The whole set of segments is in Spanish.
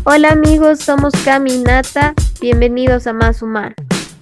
Hola amigos, somos Caminata, bienvenidos a Más Humano.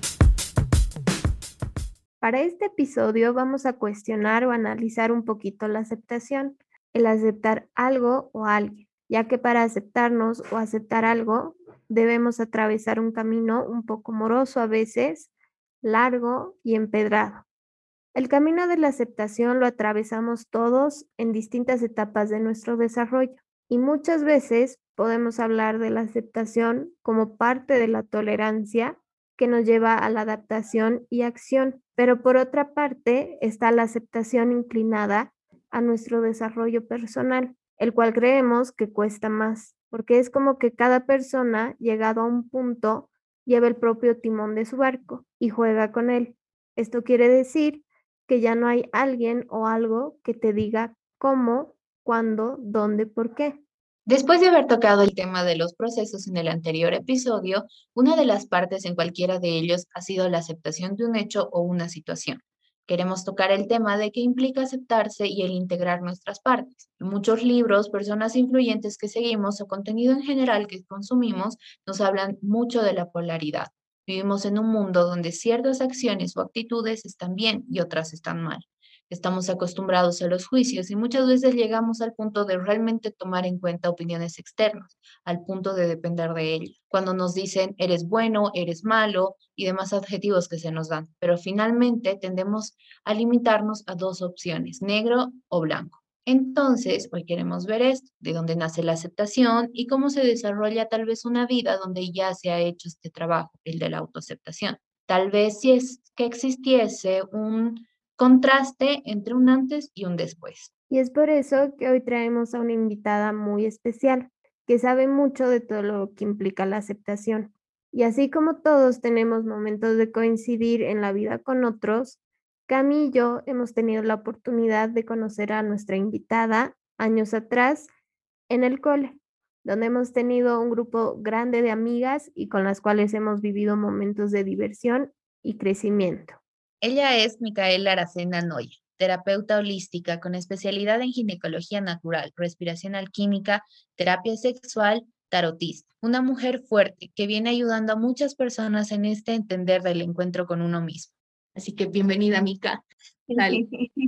Para este episodio vamos a cuestionar o analizar un poquito la aceptación, el aceptar algo o alguien, ya que para aceptarnos o aceptar algo debemos atravesar un camino un poco moroso a veces, largo y empedrado. El camino de la aceptación lo atravesamos todos en distintas etapas de nuestro desarrollo y muchas veces podemos hablar de la aceptación como parte de la tolerancia que nos lleva a la adaptación y acción, pero por otra parte está la aceptación inclinada a nuestro desarrollo personal, el cual creemos que cuesta más, porque es como que cada persona, llegado a un punto, lleva el propio timón de su barco y juega con él. Esto quiere decir que ya no hay alguien o algo que te diga cómo, cuándo, dónde, por qué. Después de haber tocado el tema de los procesos en el anterior episodio, una de las partes en cualquiera de ellos ha sido la aceptación de un hecho o una situación. Queremos tocar el tema de qué implica aceptarse y el integrar nuestras partes. En muchos libros, personas influyentes que seguimos o contenido en general que consumimos nos hablan mucho de la polaridad. Vivimos en un mundo donde ciertas acciones o actitudes están bien y otras están mal. Estamos acostumbrados a los juicios y muchas veces llegamos al punto de realmente tomar en cuenta opiniones externas, al punto de depender de ellas. Cuando nos dicen eres bueno, eres malo y demás adjetivos que se nos dan, pero finalmente tendemos a limitarnos a dos opciones, negro o blanco. Entonces, hoy queremos ver esto, de dónde nace la aceptación y cómo se desarrolla tal vez una vida donde ya se ha hecho este trabajo, el de la autoaceptación. Tal vez si es que existiese un contraste entre un antes y un después. Y es por eso que hoy traemos a una invitada muy especial, que sabe mucho de todo lo que implica la aceptación. Y así como todos tenemos momentos de coincidir en la vida con otros, Cami y yo hemos tenido la oportunidad de conocer a nuestra invitada años atrás en el cole, donde hemos tenido un grupo grande de amigas y con las cuales hemos vivido momentos de diversión y crecimiento. Ella es Micaela Aracena Noya, terapeuta holística con especialidad en ginecología natural, respiración alquímica, terapia sexual, tarotista. Una mujer fuerte que viene ayudando a muchas personas en este entender del encuentro con uno mismo. Así que bienvenida, Mica. Dale.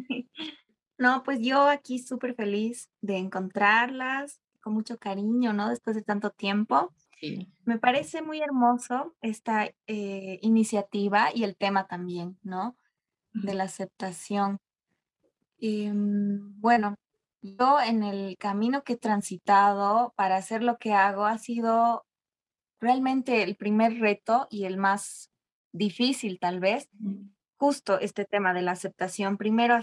No, pues yo aquí súper feliz de encontrarlas, con mucho cariño, ¿no? Después de tanto tiempo. Sí. Me parece muy hermoso esta iniciativa y el tema también, ¿no? De la aceptación. Bueno, yo en el camino que he transitado para hacer lo que hago ha sido realmente el primer reto y el más difícil tal vez, justo este tema de la aceptación. Primero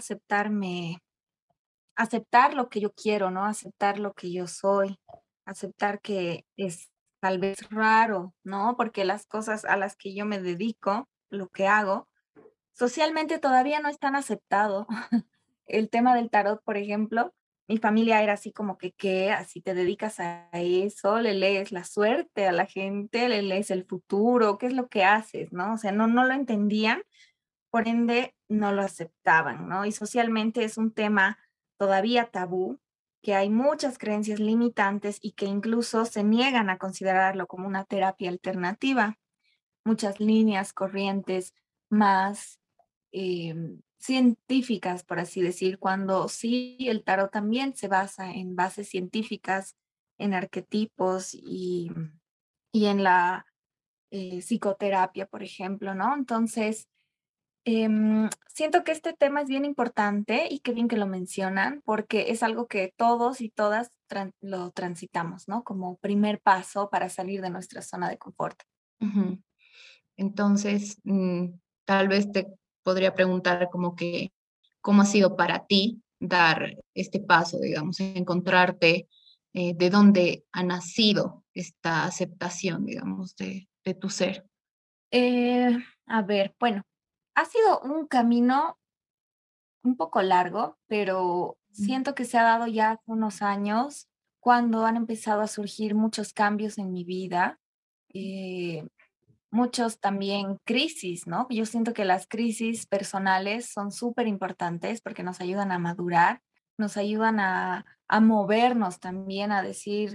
aceptar lo que yo quiero, ¿no? Aceptar lo que yo soy, aceptar que es tal vez raro, ¿no? Porque las cosas a las que yo me dedico, lo que hago, socialmente todavía no están aceptado. El tema del tarot, por ejemplo, mi familia era así como que, ¿qué? Así te dedicas a eso, le lees la suerte a la gente, le lees el futuro, ¿qué es lo que haces, no? O sea, no lo entendían, por ende, no lo aceptaban, ¿no? Y socialmente es un tema todavía tabú, que hay muchas creencias limitantes y que incluso se niegan a considerarlo como una terapia alternativa. Muchas líneas, corrientes más científicas, por así decir, cuando sí el tarot también se basa en bases científicas, en arquetipos y en la psicoterapia, por ejemplo, ¿no? Entonces, siento que este tema es bien importante y qué bien que lo mencionan, porque es algo que todos y todas lo transitamos, ¿no? Como primer paso para salir de nuestra zona de confort. Ujú. Entonces, tal vez te podría preguntar como que, ¿cómo ha sido para ti dar este paso, digamos, encontrarte, de dónde ha nacido esta aceptación, digamos, de tu ser? Eh, a ver, bueno, ha sido un camino un poco largo, pero Mm. siento que se ha dado ya hace unos años cuando han empezado a surgir muchos cambios en mi vida, eh, muchos también crisis, ¿no? Yo siento que las crisis personales son súper importantes porque nos ayudan a madurar, nos ayudan a movernos también, a decir,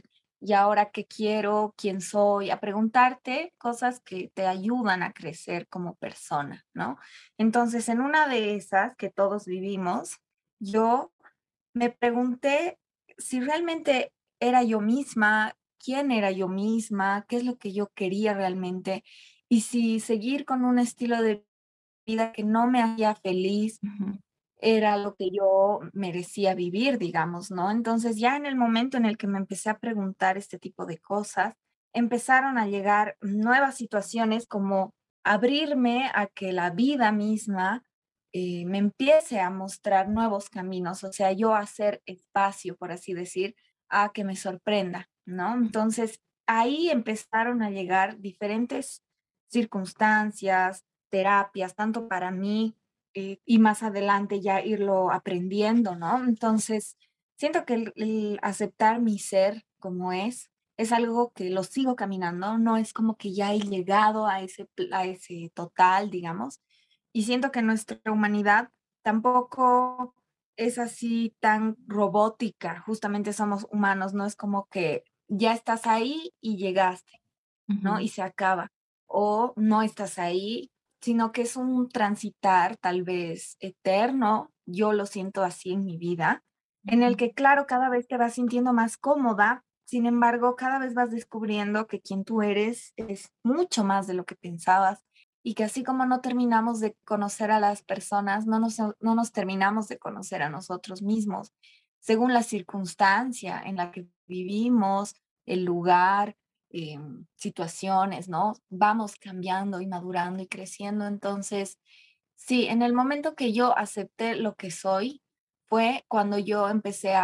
y ahora qué quiero, quién soy, a preguntarte cosas que te ayudan a crecer como persona, ¿no? Entonces, en una de esas que todos vivimos, yo me pregunté si realmente era yo misma, quién era yo misma, qué es lo que yo quería realmente, y si seguir con un estilo de vida que no me hacía feliz Ujú. era lo que yo merecía vivir, digamos, ¿no? Entonces, ya en el momento en el que me empecé a preguntar este tipo de cosas, empezaron a llegar nuevas situaciones como abrirme a que la vida misma me empiece a mostrar nuevos caminos, o sea, yo hacer espacio, por así decir, a que me sorprenda, ¿no? Entonces, ahí empezaron a llegar diferentes circunstancias, terapias, tanto para mí y más adelante ya irlo aprendiendo, ¿no? Entonces, siento que el aceptar mi ser como es algo que lo sigo caminando, no es como que ya he llegado a ese total, digamos, y siento que nuestra humanidad tampoco es así tan robótica, justamente somos humanos, no es como que ya estás ahí y llegaste, ¿no? Ujú. Y se acaba. O no estás ahí, sino que es un transitar tal vez eterno, yo lo siento así en mi vida, en el Ujú. que, claro, cada vez te vas sintiendo más cómoda, sin embargo, cada vez vas descubriendo que quien tú eres es mucho más de lo que pensabas y que así como no terminamos de conocer a las personas, no nos terminamos de conocer a nosotros mismos, según la circunstancia en la que vivimos, el lugar, situaciones, ¿no? Vamos cambiando y madurando y creciendo. Entonces, sí, en el momento que yo acepté lo que soy, fue cuando yo empecé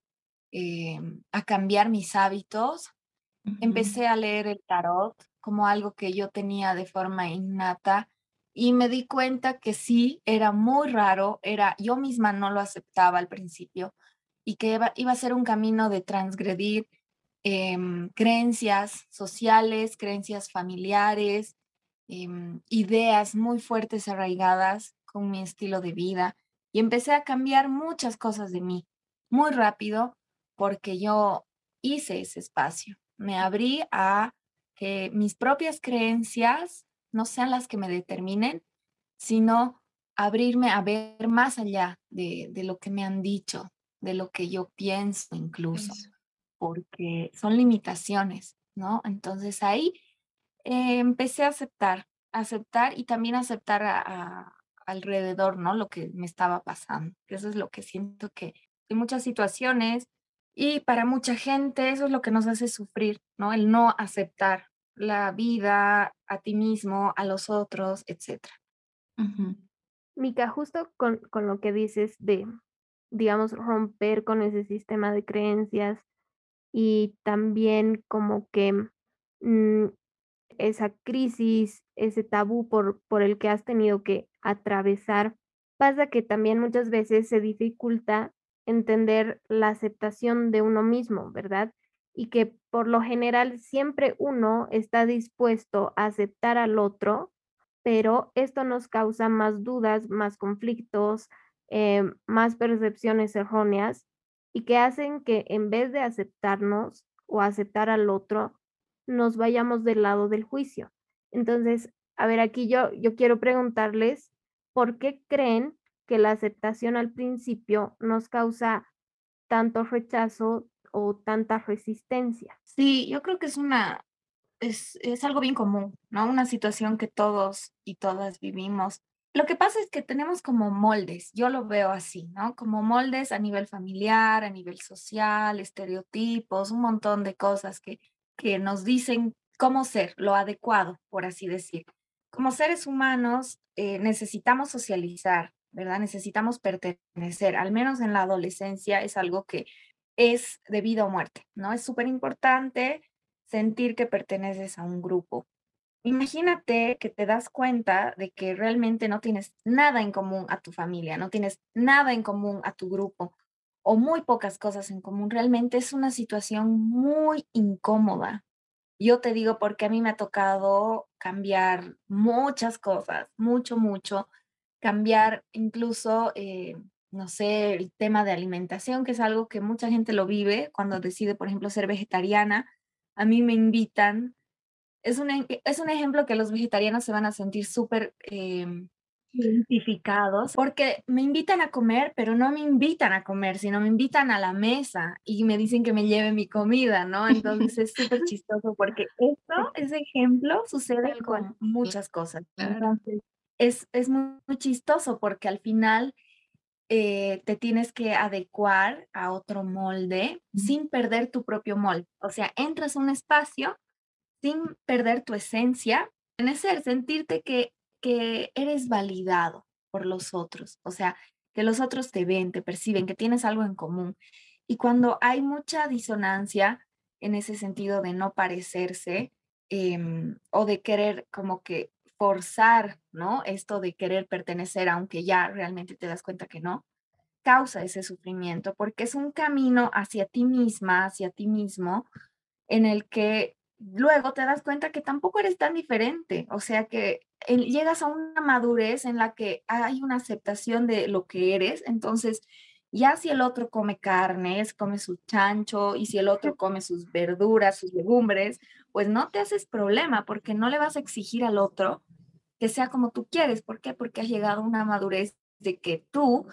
a cambiar mis hábitos, Ujú. empecé a leer el tarot como algo que yo tenía de forma innata y me di cuenta que sí, era muy raro, era, yo misma no lo aceptaba al principio y que iba a ser un camino de transgredir creencias sociales, creencias familiares, ideas muy fuertes arraigadas con mi estilo de vida y empecé a cambiar muchas cosas de mí muy rápido porque yo hice ese espacio. Me abrí a que mis propias creencias no sean las que me determinen, sino abrirme a ver más allá de lo que me han dicho, de lo que yo pienso incluso Eso. porque son limitaciones, ¿no? Entonces ahí empecé a aceptar y también aceptar alrededor, ¿no? Lo que me estaba pasando, que eso es lo que siento que en muchas situaciones y para mucha gente eso es lo que nos hace sufrir, ¿no? El no aceptar la vida, a ti mismo, a los otros, etcétera. Ujú. Mica, justo con lo que dices de, digamos, romper con ese sistema de creencias y también como que mm, esa crisis, ese tabú por el que has tenido que atravesar, pasa que también muchas veces se dificulta entender la aceptación de uno mismo, ¿verdad? Y que por lo general siempre uno está dispuesto a aceptar al otro, pero esto nos causa más dudas, más conflictos, más percepciones erróneas y que hacen que en vez de aceptarnos o aceptar al otro, nos vayamos del lado del juicio. Entonces, a ver, aquí yo quiero preguntarles, ¿por qué creen que la aceptación al principio nos causa tanto rechazo o tanta resistencia? Sí, yo creo que es algo bien común, ¿no? Una situación que todos y todas vivimos. Lo que pasa es que tenemos como moldes, yo lo veo así, ¿no? Como moldes a nivel familiar, a nivel social, estereotipos, un montón de cosas que nos dicen cómo ser, lo adecuado, por así decir. Como seres humanos necesitamos socializar, ¿verdad? Necesitamos pertenecer, al menos en la adolescencia es algo que es de vida o muerte, ¿no? Es súper importante sentir que perteneces a un grupo. Imagínate que te das cuenta de que realmente no tienes nada en común a tu familia, no tienes nada en común a tu grupo o muy pocas cosas en común. Realmente es una situación muy incómoda. Yo te digo porque a mí me ha tocado cambiar muchas cosas, mucho, mucho, cambiar incluso no sé, el tema de alimentación, que es algo que mucha gente lo vive cuando decide, por ejemplo, ser vegetariana. A mí me invitan, es un ejemplo que los vegetarianos se van a sentir súper identificados, porque me invitan a comer, pero no me invitan a comer, sino me invitan a la mesa y me dicen que me lleve mi comida, ¿no? Entonces es súper chistoso porque esto, Sí, ese ejemplo sucede tal cual. con muchas cosas. Claro. Entonces es muy, muy chistoso porque al final te tienes que adecuar a otro molde sin perder tu propio molde. O sea, entras a un espacio sin perder tu esencia, ser, sentirte que eres validado por los otros, o sea, que los otros te ven, te perciben, que tienes algo en común. Y cuando hay mucha disonancia en ese sentido de no parecerse o de querer como que forzar, ¿no? Esto de querer pertenecer, aunque ya realmente te das cuenta que no, causa ese sufrimiento, porque es un camino hacia ti misma, hacia ti mismo, en el que luego te das cuenta que tampoco eres tan diferente, o sea que llegas a una madurez en la que hay una aceptación de lo que eres, entonces ya si el otro come carnes, come su chancho, y si el otro come sus verduras, sus legumbres, pues no te haces problema porque no le vas a exigir al otro que sea como tú quieres. ¿Por qué? Porque has llegado a una madurez de que tú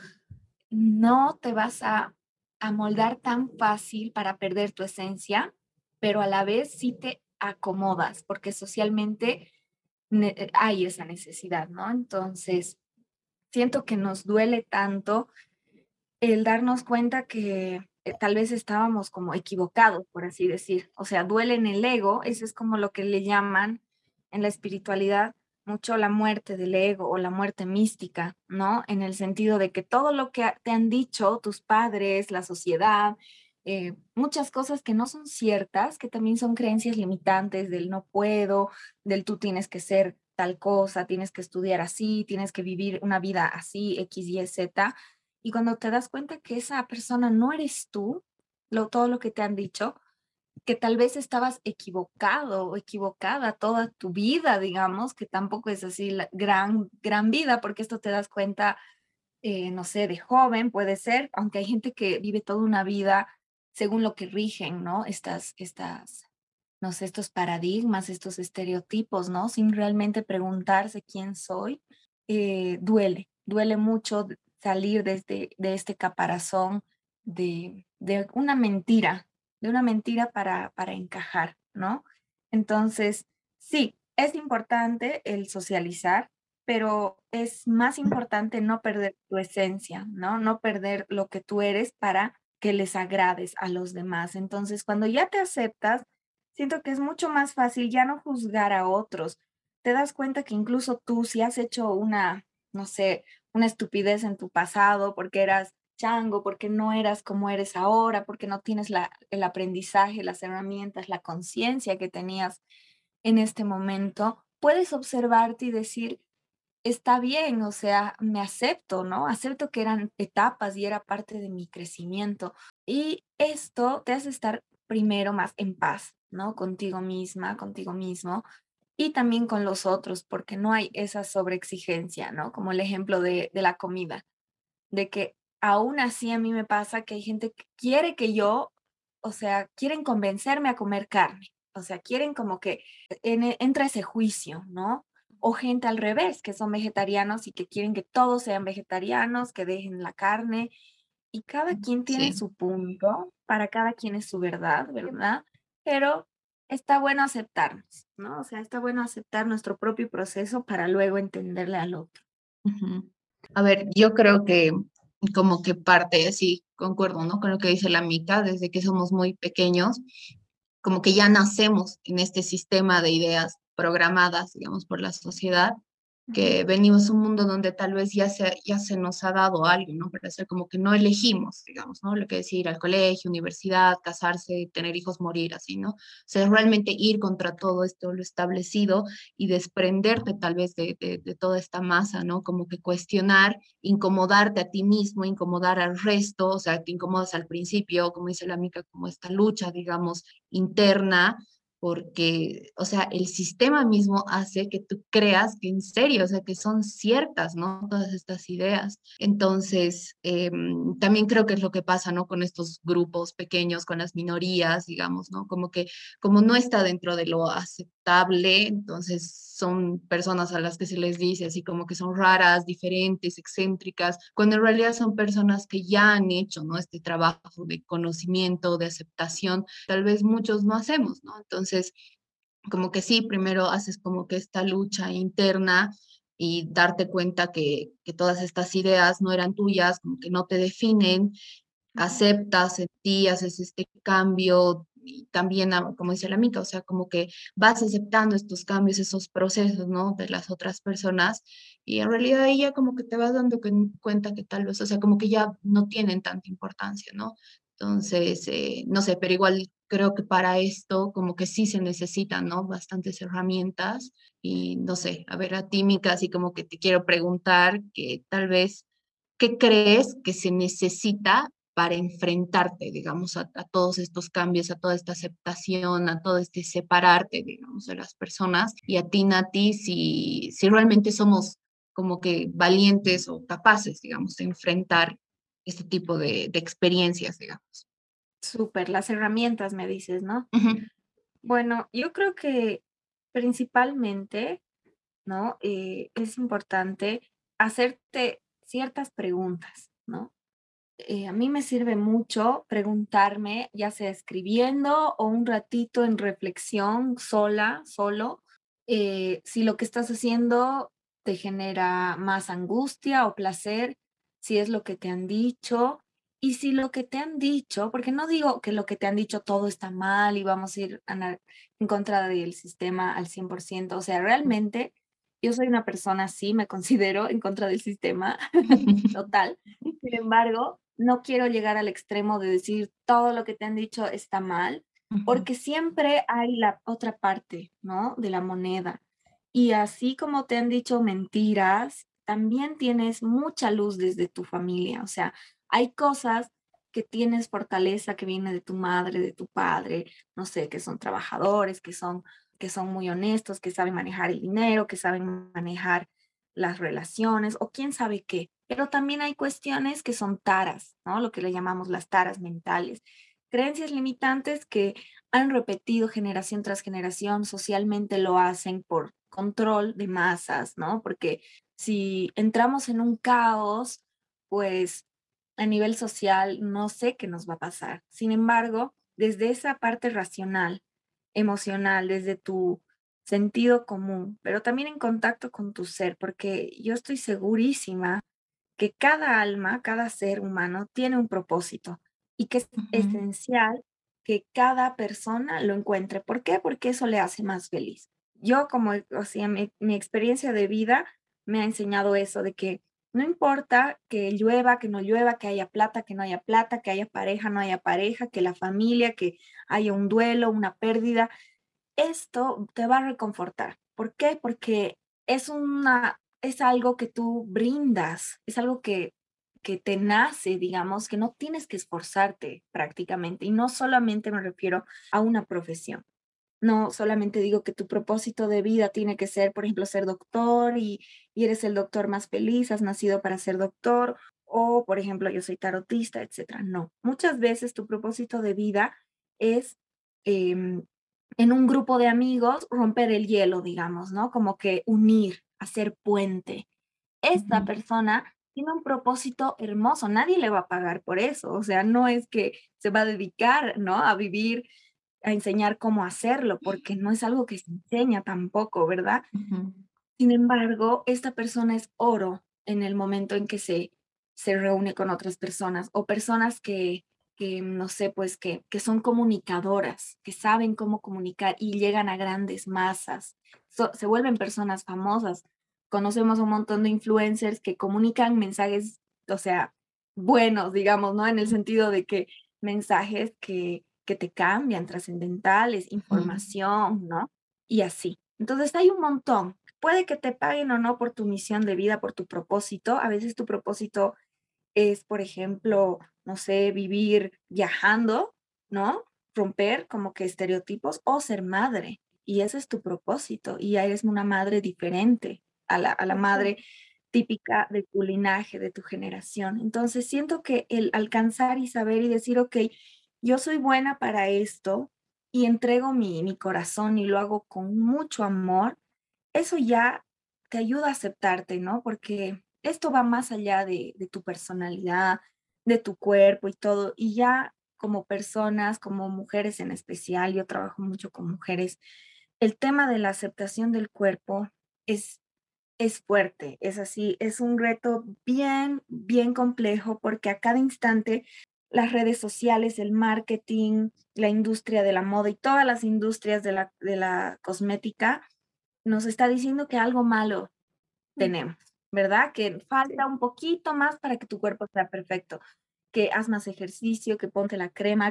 no te vas a amoldar tan fácil para perder tu esencia, pero a la vez sí te acomodas, porque socialmente hay esa necesidad, ¿no? Entonces, siento que nos duele tanto el darnos cuenta que tal vez estábamos como equivocados, por así decir. O sea, duele en el ego, eso es como lo que le llaman en la espiritualidad mucho la muerte del ego o la muerte mística, ¿no? En el sentido de que todo lo que te han dicho tus padres, la sociedad, muchas cosas que no son ciertas, que también son creencias limitantes del no puedo, del tú tienes que ser tal cosa, tienes que estudiar así, tienes que vivir una vida así, X, Y, Z, y cuando te das cuenta que esa persona no eres tú, todo lo que te han dicho, que tal vez estabas equivocado o equivocada toda tu vida, digamos, que tampoco es así la gran vida, porque esto te das cuenta, no sé, de joven puede ser, aunque hay gente que vive toda una vida según lo que rigen, ¿no? No sé, estos paradigmas, estos estereotipos, ¿no? Sin realmente preguntarse quién soy, duele mucho salir de este caparazón de una mentira para encajar, ¿no? Entonces, sí, es importante el socializar, pero es más importante no perder tu esencia, ¿no? No perder lo que tú eres para que les agrades a los demás. Entonces, cuando ya te aceptas, siento que es mucho más fácil ya no juzgar a otros. Te das cuenta que incluso tú, si has hecho una, no sé, una estupidez en tu pasado porque eras chango, porque no eras como eres ahora, porque no tienes el aprendizaje, las herramientas, la conciencia que tenías en este momento, puedes observarte y decir, está bien, o sea, me acepto, ¿no? Acepto que eran etapas y era parte de mi crecimiento. Y esto te hace estar primero más en paz, ¿no? Contigo misma, contigo mismo y también con los otros, porque no hay esa sobreexigencia, ¿no? Como el ejemplo de la comida, de que aún así a mí me pasa que hay gente que quiere que yo, o sea, quieren convencerme a comer carne, o sea, quieren como que entra ese juicio, ¿no? O gente al revés, que son vegetarianos y que quieren que todos sean vegetarianos, que dejen la carne, y cada quien tiene Sí. su punto, para cada quien es su verdad, ¿verdad? Pero está bueno aceptarnos, ¿no? O sea, está bueno aceptar nuestro propio proceso para luego entenderle al otro. Ujú. A ver, yo creo que como que parte, sí, concuerdo, ¿no? Con lo que dice la Mica, desde que somos muy pequeños, como que ya nacemos en este sistema de ideas programadas, digamos, por la sociedad, Ujú. que venimos a un mundo donde tal vez ya se nos ha dado algo, ¿no? Para ser como que no elegimos, digamos, ¿no? Lo que decir al colegio, universidad, casarse, tener hijos, morir, así, ¿no? O sea, realmente ir contra todo esto, lo establecido y desprenderte tal vez de toda esta masa, ¿no? Como que cuestionar, incomodarte a ti mismo, incomodar al resto, o sea, te incomodas al principio, como dice la Mica, como esta lucha, digamos, interna porque, o sea, el sistema mismo hace que tú creas que en serio, o sea, que son ciertas, ¿no? Todas estas ideas. Entonces, también creo que es lo que pasa, ¿no? Con estos grupos pequeños, con las minorías, digamos, ¿no? Como que, como no está dentro de lo aceptable, entonces son personas a las que se les dice así como que son raras, diferentes, excéntricas, cuando en realidad son personas que ya han hecho, ¿no? Este trabajo de conocimiento, de aceptación, tal vez muchos no hacemos, ¿no? Entonces, como que sí, primero haces como que esta lucha interna y darte cuenta que todas estas ideas no eran tuyas, como que no te definen, aceptas en ti, haces este cambio y también, como dice la Mica, o sea, como que vas aceptando estos cambios, esos procesos, ¿no? De las otras personas y en realidad ahí ya como que te vas dando cuenta que tal vez, o sea, como que ya no tienen tanta importancia, ¿no? Entonces, no sé, pero igual creo que para esto como que sí se necesitan, ¿no? Bastantes herramientas y no sé, a ver, a ti, Mica, así como que te quiero preguntar que tal vez, ¿qué crees que se necesita para enfrentarte, digamos, a todos estos cambios, a toda esta aceptación, a todo este separarte, digamos, de las personas? Y a ti, Nati, si realmente somos como que valientes o capaces, digamos, de enfrentar este tipo de experiencias, digamos. Súper, las herramientas me dices, ¿no? Ujú, Bueno, yo creo que principalmente, ¿no? Es importante hacerte ciertas preguntas, ¿no? A mí me sirve mucho preguntarme, ya sea escribiendo o un ratito en reflexión sola, solo, si lo que estás haciendo te genera más angustia o placer, si es lo que te han dicho y si lo que te han dicho, porque no digo que lo que te han dicho todo está mal y vamos a ir en contra del sistema al 100%, o sea, realmente yo soy una persona así, me considero en contra del sistema total. Sin embargo, no quiero llegar al extremo de decir todo lo que te han dicho está mal, ujú, porque siempre hay la otra parte, ¿no? De la moneda. Y así como te han dicho mentiras, también tienes mucha luz desde tu familia. O sea, hay cosas que tienes fortaleza que viene de tu madre, de tu padre, no sé, que son trabajadores, que son muy honestos, que saben manejar el dinero, que saben manejar las relaciones o quién sabe qué. Pero también hay cuestiones que son taras, ¿no? Lo que le llamamos las taras mentales. Creencias limitantes que han repetido generación tras generación, socialmente lo hacen por control de masas, ¿no? Porque si entramos en un caos, pues a nivel social no sé qué nos va a pasar. Sin embargo, desde esa parte racional, emocional, desde tu sentido común, pero también en contacto con tu ser, porque yo estoy segurísima que cada alma, cada ser humano tiene un propósito y que es ujú, esencial que cada persona lo encuentre. ¿Por qué? Porque eso le hace más feliz. Yo como, o sea, mi experiencia de vida me ha enseñado eso, de que no importa que llueva, que no llueva, que haya plata, que no haya plata, que haya pareja, no haya pareja, que la familia, que haya un duelo, una pérdida, esto te va a reconfortar. ¿Por qué? Porque es algo que tú brindas, es algo que te nace, digamos, que no tienes que esforzarte prácticamente. Y no solamente me refiero a una profesión. No solamente digo que tu propósito de vida tiene que ser, por ejemplo, ser doctor y eres el doctor más feliz, has nacido para ser doctor, o, por ejemplo, yo soy tarotista, etcétera. No, muchas veces tu propósito de vida es em, en un grupo de amigos romper el hielo, digamos, ¿no? Como que unir, hacer puente. Esta ujú, persona tiene un propósito hermoso, nadie le va a pagar por eso, o sea, no es que se va a dedicar, ¿no? A vivir, a enseñar cómo hacerlo, porque no es algo que se enseña tampoco, ¿verdad? ujú, Sin embargo, esta persona es oro en el momento en que se reúne con otras personas o personas que no sé, pues que son comunicadoras, que saben cómo comunicar y llegan a grandes masas. Se vuelven personas famosas. Conocemos un montón de influencers que comunican mensajes, o sea, buenos, digamos, ¿no? En el sentido de que mensajes que te cambian, trascendentales, ujú. información, ¿no? Y así. Entonces hay un montón. Puede que te paguen o no por tu misión de vida, por tu propósito. A veces tu propósito es, por ejemplo, no sé, vivir viajando, ¿no? romper como que estereotipos o ser madre. Y ese es tu propósito. Y ya eres una madre diferente a la Ujú. madre típica de tu linaje, de tu generación. Entonces siento que el alcanzar y saber y decir, ok, yo soy buena para esto y entrego mi corazón y lo hago con mucho amor, eso ya te ayuda a aceptarte, ¿no? Porque esto va más allá de tu personalidad, de tu cuerpo y todo. Y ya como personas, como mujeres en especial, yo trabajo mucho con mujeres, el tema de la aceptación del cuerpo es es fuerte, es así, es un reto bien, bien complejo porque a cada instante las redes sociales, el marketing, la industria de la moda y todas las industrias de la cosmética nos está diciendo que algo malo Mm. tenemos, ¿verdad? Que falta Sí. un poquito más para que tu cuerpo sea perfecto, que haz más ejercicio, que ponte la crema,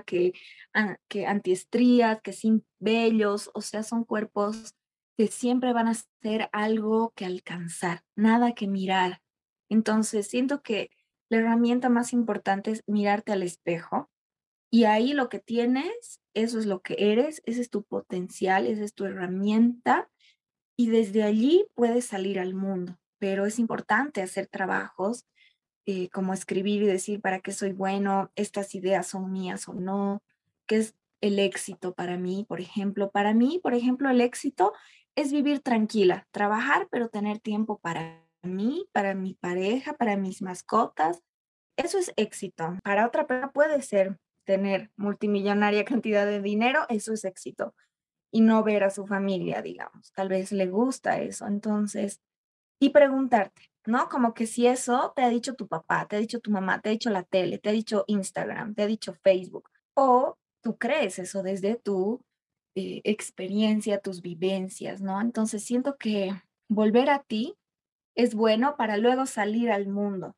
que antiestrías, que sin vellos, o sea, son cuerpos que siempre van a ser algo que alcanzar, nada que mirar. Entonces, siento que la herramienta más importante es mirarte al espejo y ahí lo que tienes, eso es lo que eres, ese es tu potencial, esa es tu herramienta y desde allí puedes salir al mundo, pero es importante hacer trabajos como escribir y decir para qué soy bueno, estas ideas son mías o no, qué es el éxito para mí, por ejemplo. Para mí, por ejemplo, el éxito es vivir tranquila, trabajar, pero tener tiempo para mí, para mi pareja, para mis mascotas. Eso es éxito. Para otra persona puede ser tener multimillonaria cantidad de dinero, eso es éxito y no ver a su familia, digamos. Tal vez le gusta eso. Entonces, y preguntarte, ¿no? Como que si eso te ha dicho tu papá, te ha dicho tu mamá, te ha dicho la tele, te ha dicho Instagram, te ha dicho Facebook, o tú crees eso desde tu experiencia, tus vivencias, ¿no? Entonces siento que volver a ti es bueno para luego salir al mundo.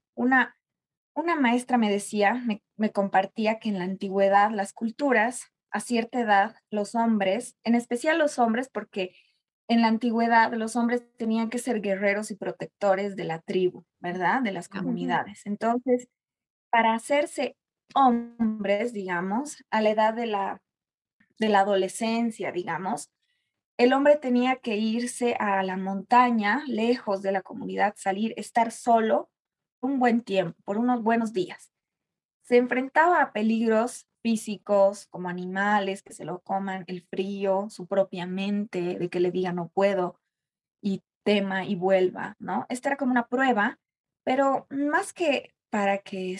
Una maestra me decía, me compartía que en la antigüedad las culturas, a cierta edad, los hombres, en especial los hombres, porque en la antigüedad los hombres tenían que ser guerreros y protectores de la tribu, ¿verdad? De las Ujú. comunidades. Entonces, para hacerse hombres, digamos, a la edad de la adolescencia, digamos, el hombre tenía que irse a la montaña, lejos de la comunidad, salir, estar solo un buen tiempo, por unos buenos días. Se enfrentaba a peligros físicos, como animales que se lo coman, el frío, su propia mente, de que le diga no puedo y tema y vuelva, ¿no? Esta era como una prueba, pero más que para que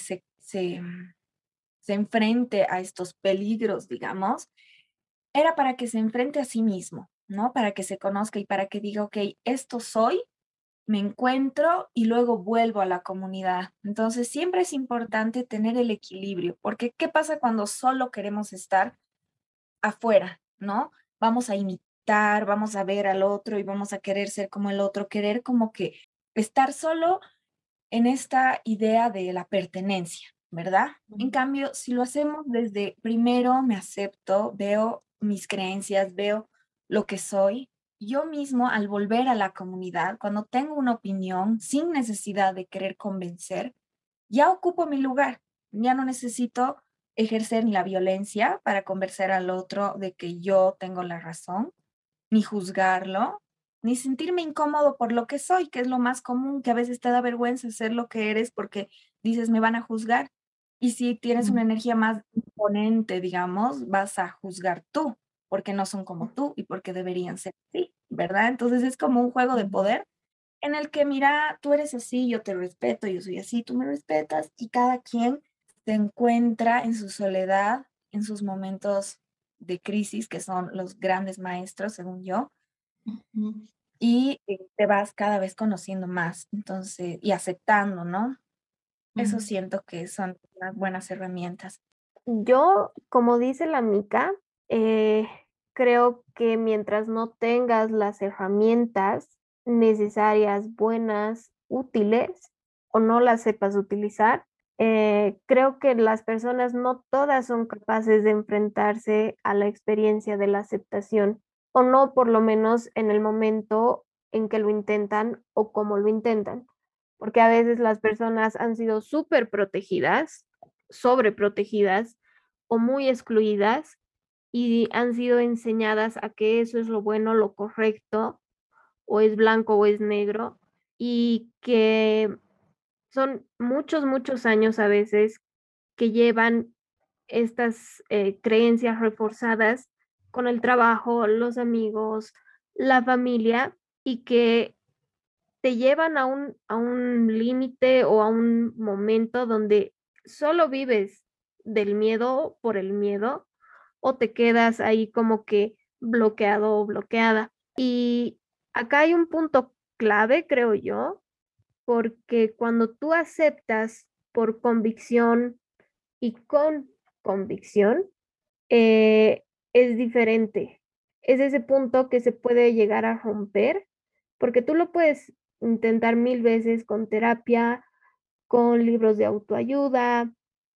se enfrente a estos peligros, digamos, era para que se enfrente a sí mismo, ¿no? Para que se conozca y para que diga, ok, esto soy, me encuentro y luego vuelvo a la comunidad. Entonces, siempre es importante tener el equilibrio, porque ¿qué pasa cuando solo queremos estar afuera, ¿no? Vamos a imitar, vamos a ver al otro y vamos a querer ser como el otro, querer como que estar solo en esta idea de la pertenencia, ¿verdad? En Ujú. cambio, si lo hacemos desde primero me acepto, veo mis creencias, veo lo que soy, yo mismo al volver a la comunidad, cuando tengo una opinión sin necesidad de querer convencer, ya ocupo mi lugar, ya no necesito ejercer ni la violencia para convencer al otro de que yo tengo la razón, ni juzgarlo, ni sentirme incómodo por lo que soy, que es lo más común, que a veces te da vergüenza ser lo que eres porque dices, me van a juzgar. Y si tienes una energía más imponente, digamos, vas a juzgar tú, porque no son como tú y porque deberían ser así, ¿verdad? Entonces es como un juego de Ujú. poder en el que, mira, tú eres así, yo te respeto, yo soy así, tú me respetas, y cada quien se encuentra en su soledad, en sus momentos de crisis, que son los grandes maestros, según yo, Ujú. y te vas cada vez conociendo más, entonces, y aceptando, ¿no? Eso Ujú. siento que son unas buenas herramientas. Yo, como dice la Mica, eh, creo que mientras no tengas las herramientas necesarias, buenas, útiles, o no las sepas utilizar, creo que las personas no todas son capaces de enfrentarse a la experiencia de la aceptación, o no por lo menos en el momento en que lo intentan o cómo lo intentan, porque a veces las personas han sido súper protegidas, sobreprotegidas o muy excluidas y han sido enseñadas a que eso es lo bueno, lo correcto, o es blanco o es negro, y que son muchos, muchos años a veces que llevan estas creencias reforzadas con el trabajo, los amigos, la familia, y que te llevan a un límite o a un momento donde solo vives del miedo por el miedo o te quedas ahí como que bloqueado o bloqueada. Y acá hay un punto clave, creo yo, porque cuando tú aceptas por convicción y con convicción, es diferente. Es ese punto que se puede llegar a romper, porque tú lo puedes intentar mil veces con terapia, con libros de autoayuda,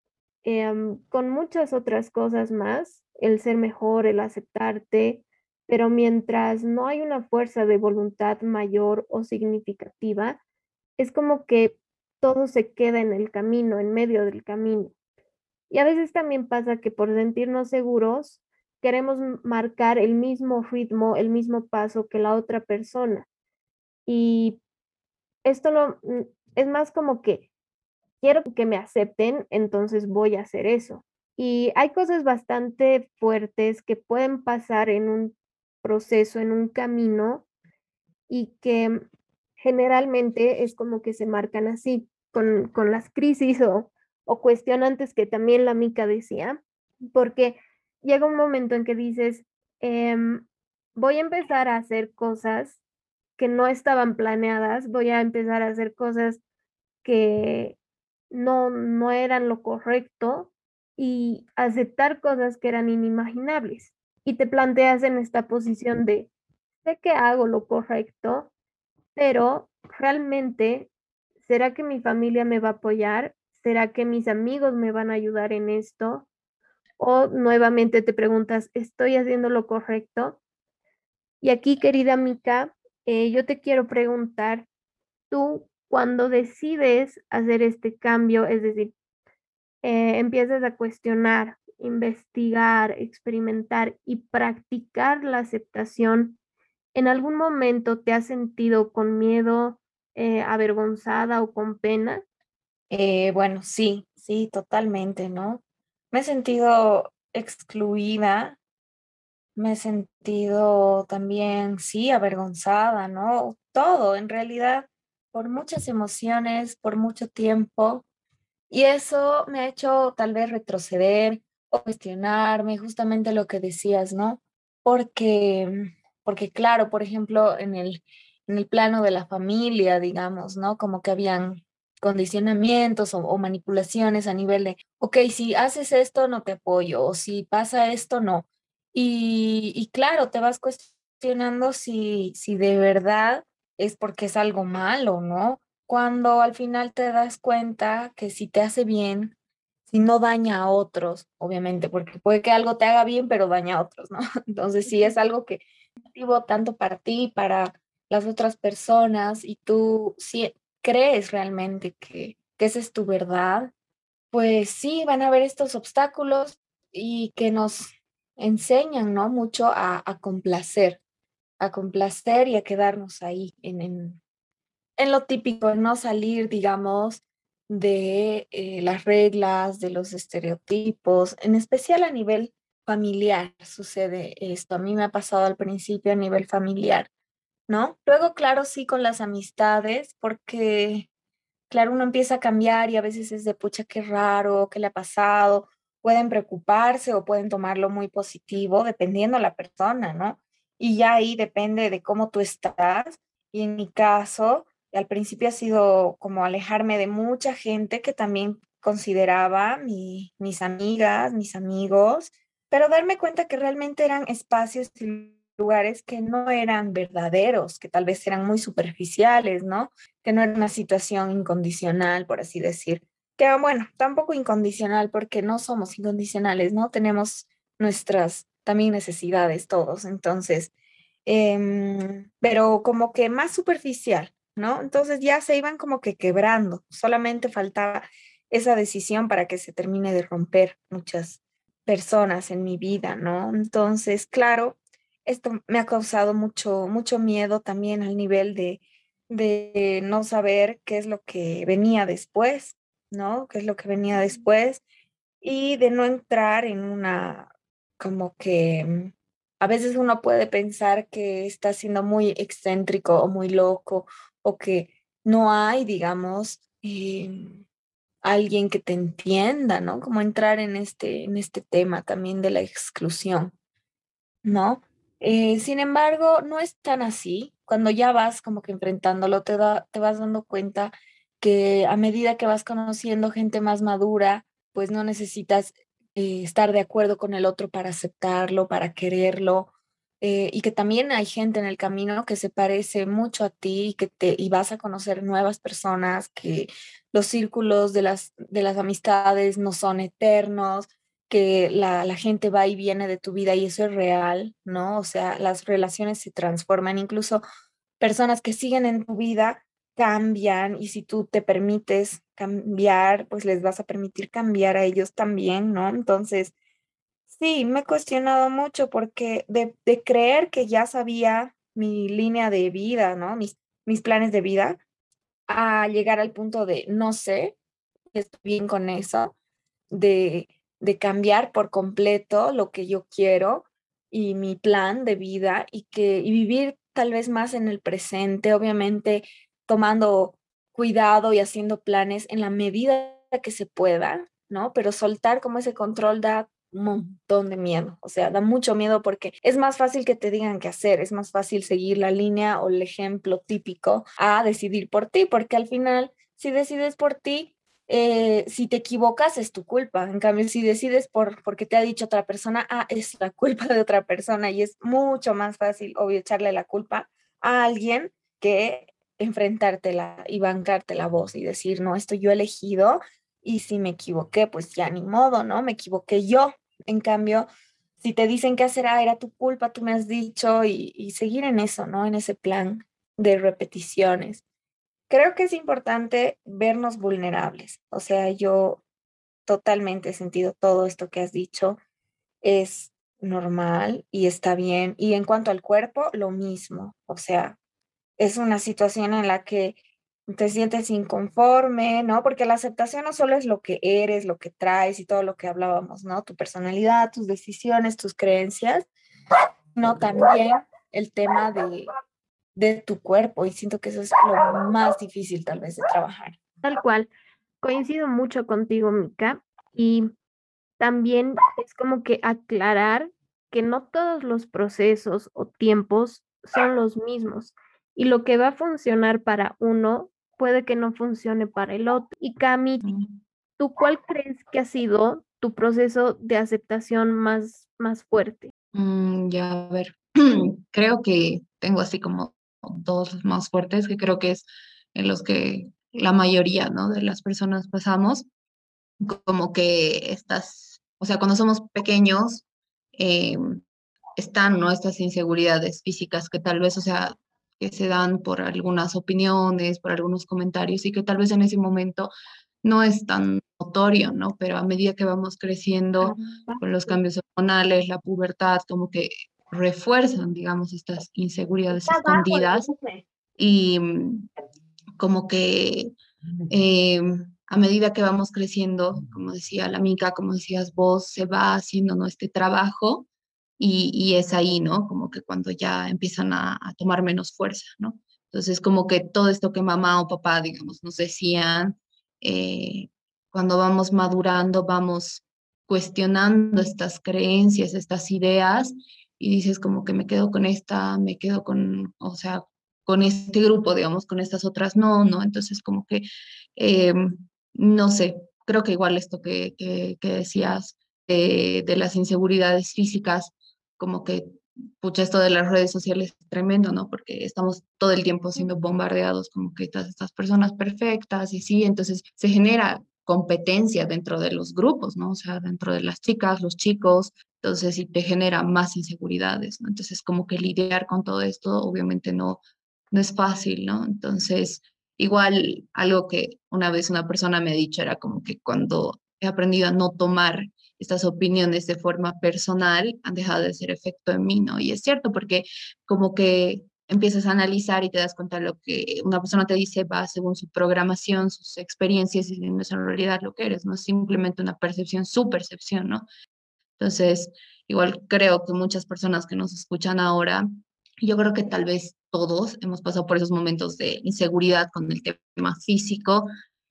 con muchas otras cosas más, el ser mejor, el aceptarte, pero mientras no hay una fuerza de voluntad mayor o significativa, es como que todo se queda en el camino, en medio del camino. Y a veces también pasa que por sentirnos seguros, queremos marcar el mismo ritmo, el mismo paso que la otra persona. Y esto no, es más como que quiero que me acepten, entonces voy a hacer eso. Y hay cosas bastante fuertes que pueden pasar en un proceso, en un camino, y que generalmente es como que se marcan así, con las crisis o cuestionantes que también la Mica decía, porque llega un momento en que dices, voy a empezar a hacer cosas que no estaban planeadas, voy a empezar a hacer cosas que no eran lo correcto y aceptar cosas que eran inimaginables. Y te planteas en esta posición de, sé que hago lo correcto, pero realmente, ¿será que mi familia me va a apoyar? ¿Será que mis amigos me van a ayudar en esto? O nuevamente te preguntas, ¿estoy haciendo lo correcto? Y aquí, querida Mica, yo te quiero preguntar, tú cuando decides hacer este cambio, es decir, empiezas a cuestionar, investigar, experimentar y practicar la aceptación, ¿en algún momento te has sentido con miedo, avergonzada o con pena? Bueno, sí, sí, totalmente, ¿no? Me he sentido excluida, me he sentido también, sí, avergonzada, ¿no? Todo, en realidad, por muchas emociones, por mucho tiempo. Y eso me ha hecho tal vez retroceder o cuestionarme, justamente lo que decías, ¿no? Porque claro, por ejemplo, en el plano de la familia, digamos, ¿no? Como que habían condicionamientos o manipulaciones a nivel de, ok, si haces esto, no te apoyo, o si pasa esto, no. Y claro, te vas cuestionando si de verdad es porque es algo malo, ¿no? Cuando al final te das cuenta que si te hace bien, si no daña a otros, obviamente, porque puede que algo te haga bien, pero daña a otros, ¿no? Entonces, si es algo que es positivo tanto para ti, para las otras personas, y tú sí crees realmente que esa es tu verdad, pues sí, van a haber estos obstáculos y que nos enseñan, ¿no? Mucho a complacer y a quedarnos ahí en lo típico, en no salir, digamos, de las reglas, de los estereotipos, en especial a nivel familiar sucede esto. A mí me ha pasado al principio a nivel familiar, ¿no? Luego, claro, sí con las amistades, porque, claro, uno empieza a cambiar y a veces es de pucha, qué raro, qué le ha pasado. Pueden preocuparse o pueden tomarlo muy positivo, dependiendo la persona, ¿no? Y ya ahí depende de cómo tú estás. Y en mi caso, al principio ha sido como alejarme de mucha gente que también consideraba mis amigas, mis amigos, pero darme cuenta que realmente eran espacios y lugares que no eran verdaderos, que tal vez eran muy superficiales, ¿no? Que no era una situación incondicional, por así decir. Que bueno, tampoco incondicional porque no somos incondicionales, ¿no? Tenemos nuestras también necesidades todos, entonces, pero como que más superficial, ¿no? Entonces ya se iban como que quebrando, solamente faltaba esa decisión para que se termine de romper muchas. personas en mi vida, ¿no? Entonces, claro, esto me ha causado mucho miedo también al nivel de no saber qué es lo que venía después, ¿no? ¿Qué es lo que venía después? Y de no entrar en una, como que a veces uno puede pensar que está siendo muy excéntrico o muy loco o que no hay, digamos, alguien que te entienda, ¿no? Como entrar en este tema también de la exclusión, ¿no? Sin embargo, no es tan así. Cuando ya vas como que enfrentándolo, te vas dando cuenta que a medida que vas conociendo gente más madura, pues no necesitas estar de acuerdo con el otro para aceptarlo, para quererlo, y que también hay gente en el camino que se parece mucho a ti y y vas a conocer nuevas personas, que los círculos de las amistades no son eternos, que la gente va y viene de tu vida y eso es real, ¿no? O sea, las relaciones se transforman, incluso personas que siguen en tu vida cambian y si tú te permites cambiar, pues les vas a permitir cambiar a ellos también, ¿no? Entonces, sí, me he cuestionado mucho porque de creer que ya sabía mi línea de vida, ¿no? Mis planes de vida, a llegar al punto de no sé, estoy bien con eso de, de cambiar por completo lo que yo quiero y mi plan de vida y vivir tal vez más en el presente, obviamente tomando cuidado y haciendo planes en la medida que se pueda, ¿no? Pero soltar como ese control da un montón de miedo, o sea, da mucho miedo porque es más fácil que te digan qué hacer, es más fácil seguir la línea o el ejemplo típico a decidir por ti, porque al final, si decides por ti, si te equivocas es tu culpa. En cambio, si decides porque te ha dicho otra persona, es la culpa de otra persona y es mucho más fácil, obvio, echarle la culpa a alguien que enfrentártela y bancarte la voz y decir, no, esto yo he elegido y si me equivoqué, pues ya ni modo, ¿no? Me equivoqué yo. En cambio, si te dicen qué hacer, era tu culpa, tú me has dicho y seguir en eso, ¿no? En ese plan de repeticiones. Creo que es importante vernos vulnerables. O sea, yo totalmente he sentido todo esto que has dicho. Es normal y está bien. Y en cuanto al cuerpo, lo mismo. O sea, es una situación en la que te sientes inconforme, ¿no? Porque la aceptación no solo es lo que eres, lo que traes y todo lo que hablábamos, ¿no? Tu personalidad, tus decisiones, tus creencias, no también el tema de tu cuerpo. Y siento que eso es lo más difícil tal vez de trabajar. Tal cual. Coincido mucho contigo, Mica, y también es como que aclarar que no todos los procesos o tiempos son los mismos y lo que va a funcionar para uno puede que no funcione para el otro. Y Cami, ¿tú cuál crees que ha sido tu proceso de aceptación más fuerte? Ya, a ver, creo que tengo así como dos más fuertes, que creo que es en los que la mayoría, ¿no? De las personas pasamos, como que estas, o sea, cuando somos pequeños, eh, están, ¿no? Estas inseguridades físicas que tal vez, o sea, que se dan por algunas opiniones, por algunos comentarios y que tal vez en ese momento no es tan notorio, ¿no? Pero a medida que vamos creciendo con los cambios hormonales, la pubertad, como que refuerzan, digamos, estas inseguridades escondidas y como que eh, a medida que vamos creciendo, como decía la Mica, como decías vos, se va haciendo, ¿no? Este trabajo y es ahí, ¿no? Como que cuando ya empiezan a tomar menos fuerza, ¿no? Entonces, como que todo esto que mamá o papá, digamos, nos decían, eh, cuando vamos madurando, vamos cuestionando estas creencias, estas ideas, y dices como que me quedo con esta, me quedo con, o sea, con este grupo, digamos, con estas otras no, ¿no? Entonces, como que, eh, no sé, creo que igual esto que decías de las inseguridades físicas, como que, pucha, esto de las redes sociales es tremendo, ¿no? Porque estamos todo el tiempo siendo bombardeados como que todas estas personas perfectas y sí, entonces se genera competencia dentro de los grupos, ¿no? O sea, dentro de las chicas, los chicos, entonces sí te genera más inseguridades, ¿no? Entonces como que lidiar con todo esto obviamente no es fácil, ¿no? Entonces, igual algo que una vez una persona me ha dicho era como que cuando he aprendido a no tomar estas opiniones de forma personal han dejado de ser efecto en mí, ¿no? Y es cierto, porque como que empiezas a analizar y te das cuenta de lo que una persona te dice va según su programación, sus experiencias, y no es en realidad lo que eres, no es simplemente una percepción, su percepción, ¿no? Entonces, igual creo que muchas personas que nos escuchan ahora, yo creo que tal vez todos hemos pasado por esos momentos de inseguridad con el tema físico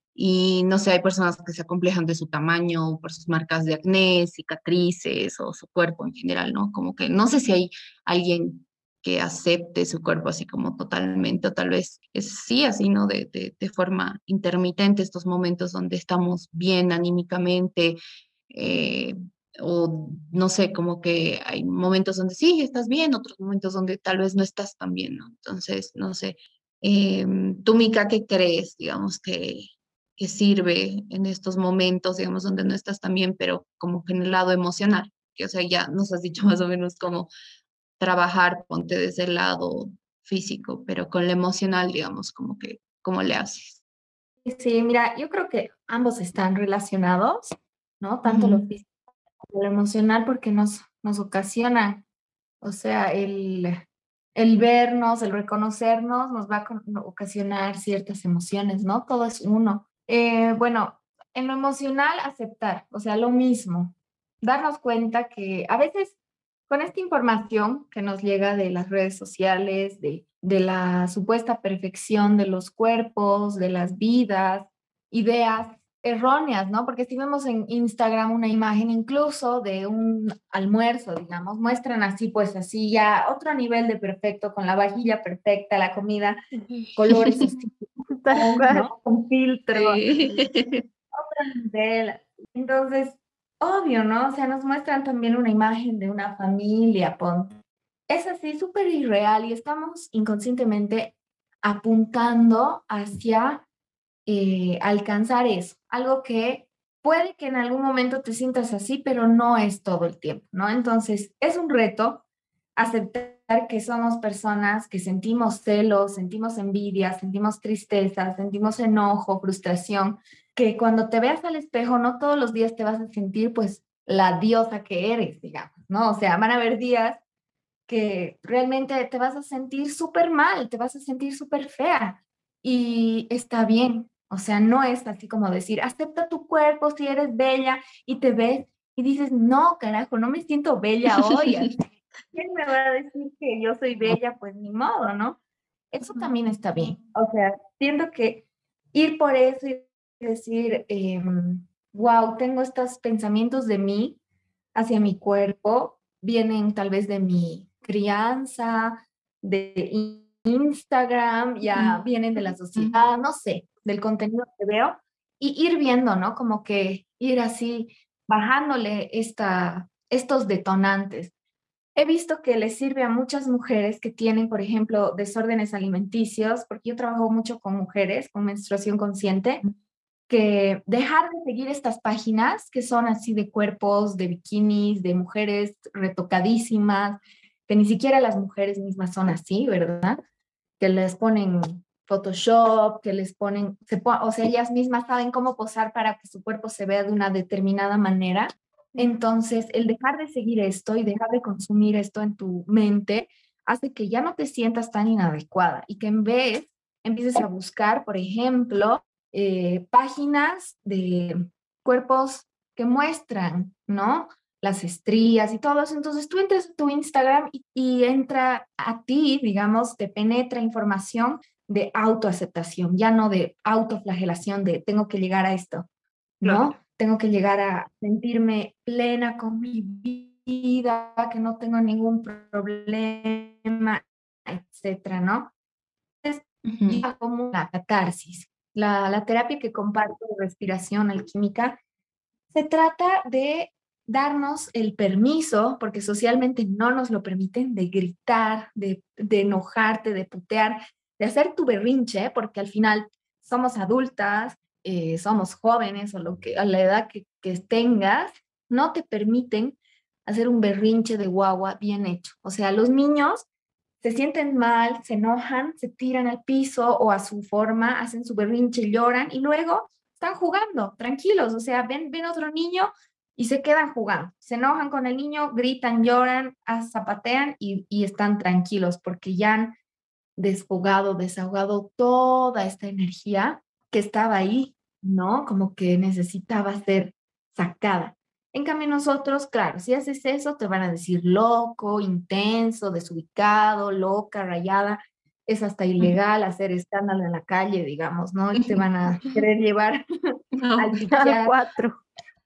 y no sé, hay personas que se acomplejan de su tamaño, por sus marcas de acné, cicatrices o su cuerpo en general, ¿no? Como que no sé si hay alguien que acepte su cuerpo así como totalmente, o tal vez es sí así, ¿no? De forma intermitente, estos momentos donde estamos bien anímicamente, eh, o no sé, como que hay momentos donde sí, estás bien, otros momentos donde tal vez no estás tan bien, ¿no? Entonces, no sé. Tú, Mica, ¿qué crees, digamos, que sirve en estos momentos, digamos, donde no estás tan bien, pero como que en el lado emocional? Que, o sea, ya nos has dicho más o menos cómo trabajar, ponte desde el lado físico, pero con lo emocional, digamos, como que, ¿cómo le haces? Sí, mira, yo creo que ambos están relacionados, ¿no? Tanto lo Ujú. físico como lo emocional, porque nos ocasiona, o sea, el vernos, el reconocernos, nos va a ocasionar ciertas emociones, ¿no? Todo es uno. Bueno, en lo emocional, aceptar, o sea, lo mismo, darnos cuenta que a veces con esta información que nos llega de las redes sociales, de la supuesta perfección de los cuerpos, de las vidas, ideas erróneas, ¿no? Porque si vemos en Instagram una imagen incluso de un almuerzo, digamos, muestran así, pues así ya otro nivel de perfecto, con la vajilla perfecta, la comida, colores así, Tal cual. ¿no? Con filtro, Sí. otro nivel. Entonces, obvio, ¿no? O sea, nos muestran también una imagen de una familia, ponte. Es así, súper irreal y estamos inconscientemente apuntando hacia alcanzar eso, algo que puede que en algún momento te sientas así, pero no es todo el tiempo, ¿no? Entonces, es un reto aceptar que somos personas que sentimos celos, sentimos envidia, sentimos tristeza, sentimos enojo, frustración, que cuando te veas al espejo, no todos los días te vas a sentir pues la diosa que eres, digamos, ¿no? O sea, van a haber días que realmente te vas a sentir súper mal, te vas a sentir súper fea y está bien. O sea, no es así como decir, acepta tu cuerpo si eres bella y te ves y dices, no, carajo, no me siento bella hoy. ¿Quién me va a decir que yo soy bella? Pues ni modo, ¿no? Eso también está bien. O sea, siento que ir por eso y decir, wow, tengo estos pensamientos de mí hacia mi cuerpo, vienen tal vez de mi crianza, de Instagram, ya vienen de la sociedad, no sé, del contenido que veo, y ir viendo, ¿no? Como que ir así bajándole estos detonantes. He visto que les sirve a muchas mujeres que tienen, por ejemplo, desórdenes alimenticios, porque yo trabajo mucho con mujeres con menstruación consciente, que dejar de seguir estas páginas que son así de cuerpos, de bikinis, de mujeres retocadísimas, que ni siquiera las mujeres mismas son así, ¿verdad? Que les ponen Photoshop, que les ponen, o sea, ellas mismas saben cómo posar para que su cuerpo se vea de una determinada manera. Entonces, el dejar de seguir esto y dejar de consumir esto en tu mente hace que ya no te sientas tan inadecuada y que en vez empieces a buscar, por ejemplo, páginas de cuerpos que muestran, ¿no? Las estrías y todo eso. Entonces tú entras a tu Instagram y entra a ti, digamos, te penetra información de autoaceptación, ya no de autoflagelación, de tengo que llegar a esto, ¿no? Claro. Tengo que llegar a sentirme plena con mi vida, que no tengo ningún problema, etcétera, ¿no? Ujú. Ya como la catarsis. La terapia que comparto de respiración alquímica se trata de darnos el permiso, porque socialmente no nos lo permiten, de gritar, de enojarte, de putear, de hacer tu berrinche, porque al final somos adultas, somos jóvenes o lo que, a la edad que tengas, no te permiten hacer un berrinche de guagua bien hecho. O sea, los niños se sienten mal, se enojan, se tiran al piso o a su forma, hacen su berrinche, lloran y luego están jugando tranquilos, o sea, ven otro niño y se quedan jugando. Se enojan con el niño, gritan, lloran, zapatean y están tranquilos porque ya han desahogado toda esta energía que estaba ahí, ¿no? Como que necesitaba ser sacada. En cambio, nosotros, claro, si haces eso, te van a decir loco, intenso, desubicado, loca, rayada. Es hasta ilegal hacer escándalo en la calle, digamos, ¿no? Y te van a querer llevar No. al Al psiquiatra. 4.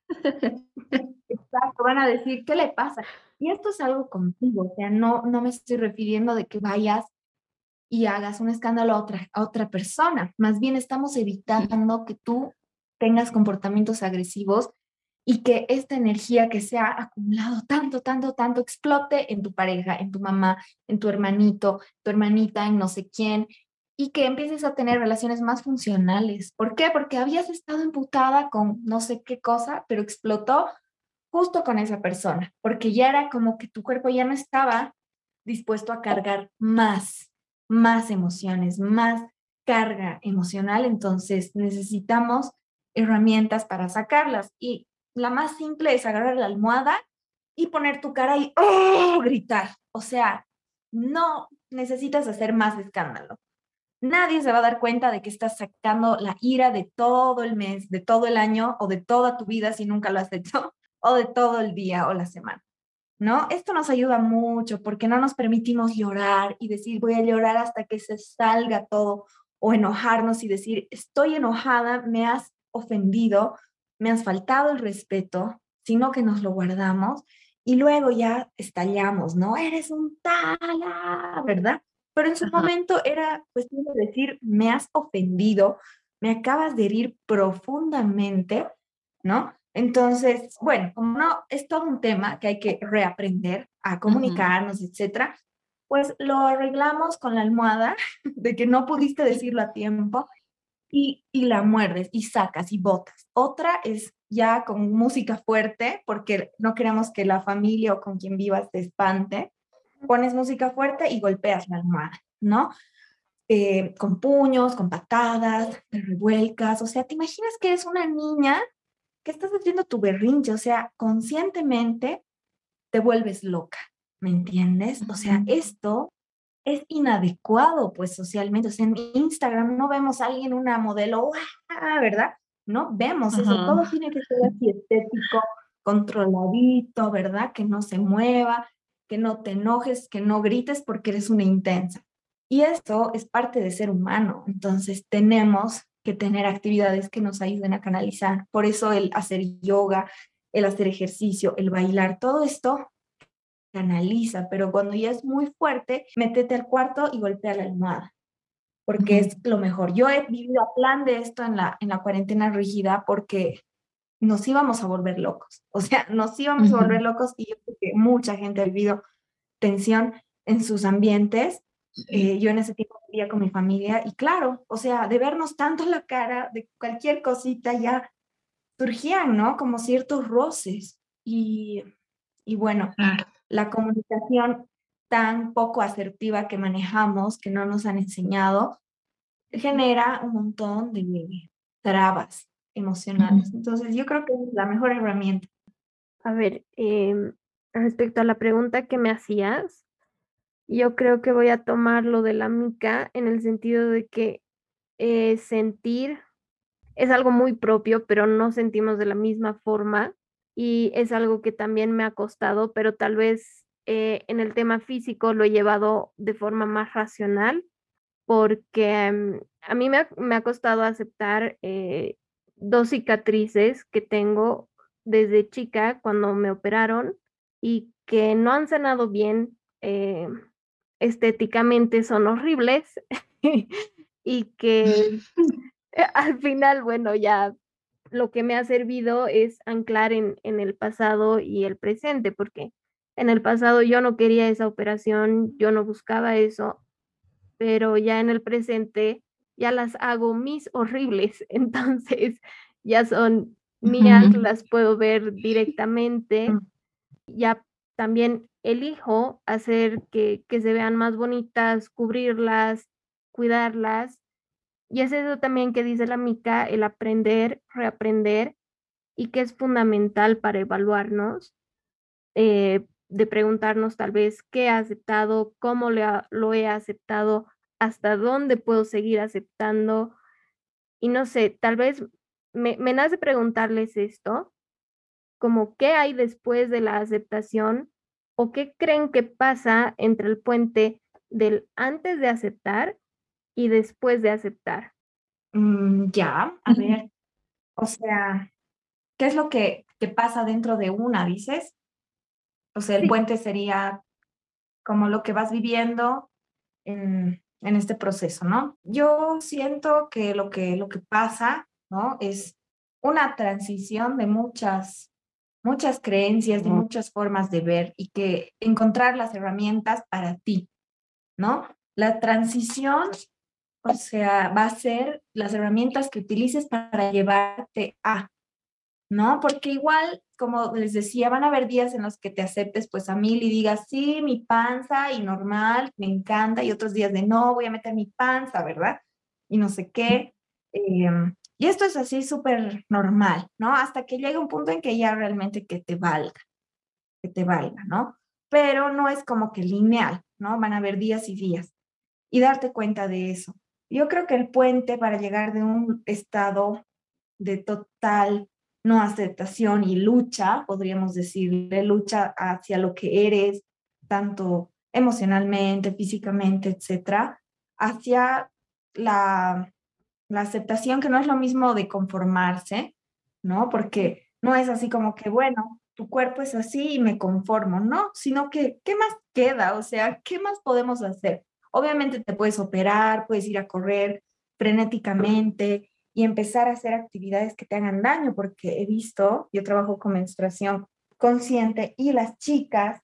Exacto, van a decir, ¿qué le pasa? Y esto es algo contigo, o sea, no me estoy refiriendo de que vayas y hagas un escándalo a otra persona. Más bien estamos evitando que tú tengas comportamientos agresivos y que esta energía que se ha acumulado tanto, tanto, tanto explote en tu pareja, en tu mamá, en tu hermanito, tu hermanita, en no sé quién, y que empieces a tener relaciones más funcionales. ¿Por qué? Porque habías estado emputada con no sé qué cosa, pero explotó justo con esa persona, porque ya era como que tu cuerpo ya no estaba dispuesto a cargar más emociones, más carga emocional, entonces necesitamos herramientas para sacarlas. Y la más simple es agarrar la almohada y poner tu cara y ¡oh! Gritar. O sea, no necesitas hacer más escándalo. Nadie se va a dar cuenta de que estás sacando la ira de todo el mes, de todo el año o de toda tu vida si nunca lo has hecho, o de todo el día o la semana. ¿No? Esto nos ayuda mucho porque no nos permitimos llorar y decir voy a llorar hasta que se salga todo o enojarnos y decir estoy enojada, me has ofendido, me has faltado el respeto, sino que nos lo guardamos y luego ya estallamos, ¿no? Eres un tala, ¿verdad? Pero en su Ajá. momento era cuestión de decir me has ofendido, me acabas de herir profundamente, ¿no? Entonces, bueno, como no es todo un tema que hay que reaprender a Ujú. comunicarnos, etcétera, pues lo arreglamos con la almohada de que no pudiste decirlo a tiempo y la muerdes y sacas y botas. Otra es ya con música fuerte, porque no queremos que la familia o con quien vivas te espante. Pones música fuerte y golpeas la almohada, ¿no? Con puños, con patadas, te revuelcas. O sea, ¿te imaginas que eres una niña que estás haciendo tu berrinche? O sea, conscientemente te vuelves loca, ¿me entiendes? O sea, Ujú. esto es inadecuado, pues socialmente. O sea, en Instagram no vemos a alguien, una modelo, ¡guau! ¿Verdad? No vemos eso. Ajá. Todo tiene que ser así estético, controladito, ¿verdad? Que no se mueva, que no te enojes, que no grites porque eres una intensa. Y esto es parte de ser humano. Entonces tenemos que tener actividades que nos ayuden a canalizar. Por eso el hacer yoga, el hacer ejercicio, el bailar, todo esto canaliza, pero cuando ya es muy fuerte, métete al cuarto y golpea la almohada, porque Ujú. es lo mejor. Yo he vivido a plan de esto en la cuarentena rígida porque nos íbamos a volver locos, o sea, nos íbamos a volver Ujú. locos y yo creo que mucha gente ha vivido tensión en sus ambientes. Sí. Yo en ese tiempo vivía con mi familia y claro, o sea, de vernos tanto la cara, de cualquier cosita ya surgían, ¿no? Como ciertos roces y bueno, Claro. la comunicación tan poco asertiva que manejamos, que no nos han enseñado, genera un montón de trabas emocionales. Ujú. Entonces, yo creo que es la mejor herramienta. A ver, respecto a la pregunta que me hacías, yo creo que voy a tomar lo de la mica en el sentido de que sentir es algo muy propio, pero no sentimos de la misma forma y es algo que también me ha costado, pero tal vez en el tema físico lo he llevado de forma más racional porque a mí me ha costado aceptar dos cicatrices que tengo desde chica cuando me operaron y que no han sanado bien, estéticamente son horribles y que al final, bueno, ya lo que me ha servido es anclar en el pasado y el presente, porque en el pasado yo no quería esa operación, yo no buscaba eso, pero ya en el presente ya las hago mis horribles, entonces ya son mías, Ujú. las puedo ver directamente, ya también elijo hacer que se vean más bonitas, cubrirlas, cuidarlas, y es eso también que dice la Mica, el aprender, reaprender y que es fundamental para evaluarnos, de preguntarnos tal vez qué he aceptado, cómo lo he aceptado, hasta dónde puedo seguir aceptando. Y no sé, tal vez me nace preguntarles esto, como qué hay después de la aceptación o qué creen que pasa entre el puente del antes de aceptar y después de aceptar. Ya, a ver, o sea, ¿qué es lo que pasa dentro de una, dices? O sea, el Sí, puente sería como lo que vas viviendo en este proceso, ¿no? Yo siento que lo que pasa, ¿no? Es una transición de muchas creencias, de muchas formas de ver y que encontrar las herramientas para ti, ¿no? La transición, o sea, va a ser las herramientas que utilices para llevarte a, ¿no? Porque igual, como les decía, van a haber días en los que te aceptes pues a mil y digas, sí, mi panza y normal, me encanta, y otros días de no, voy a meter mi panza, ¿verdad? Y no sé qué. Y esto es así súper normal, ¿no? Hasta que llega un punto en que ya realmente que te valga, ¿no? Pero no es como que lineal, ¿no? Van a haber días y días. Y darte cuenta de eso. Yo creo que el puente para llegar de un estado de total no aceptación y lucha, podríamos decirle, lucha hacia lo que eres, tanto emocionalmente, físicamente, etcétera, hacia la, la aceptación, que no es lo mismo de conformarse, ¿no? Porque no es así como que, bueno, tu cuerpo es así y me conformo, no, sino que, ¿qué más queda? O sea, ¿qué más podemos hacer? Obviamente te puedes operar, puedes ir a correr frenéticamente y empezar a hacer actividades que te hagan daño, porque he visto, yo trabajo con menstruación consciente y las chicas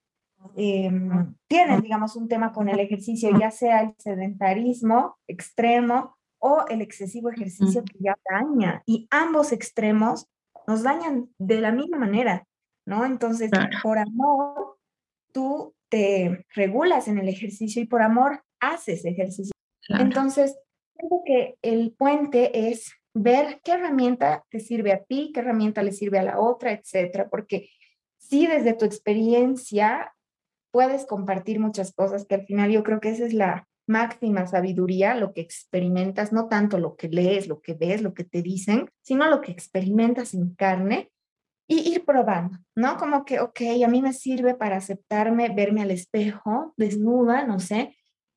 tienen, digamos, un tema con el ejercicio, ya sea el sedentarismo extremo o el excesivo ejercicio que ya daña, y ambos extremos nos dañan de la misma manera, ¿no? Entonces, Claro, por amor, tú te regulas en el ejercicio y por amor haces ejercicio. claro, Entonces, creo que el puente es ver qué herramienta te sirve a ti, qué herramienta le sirve a la otra, etcétera, porque si desde tu experiencia puedes compartir muchas cosas, que al final yo creo que esa es la máxima sabiduría, lo que experimentas, no tanto lo que lees, lo que ves, lo que te dicen, sino lo que experimentas en carne y ir probando, ¿no? Como que, ok, a mí me sirve para aceptarme, verme al espejo, desnuda, no sé,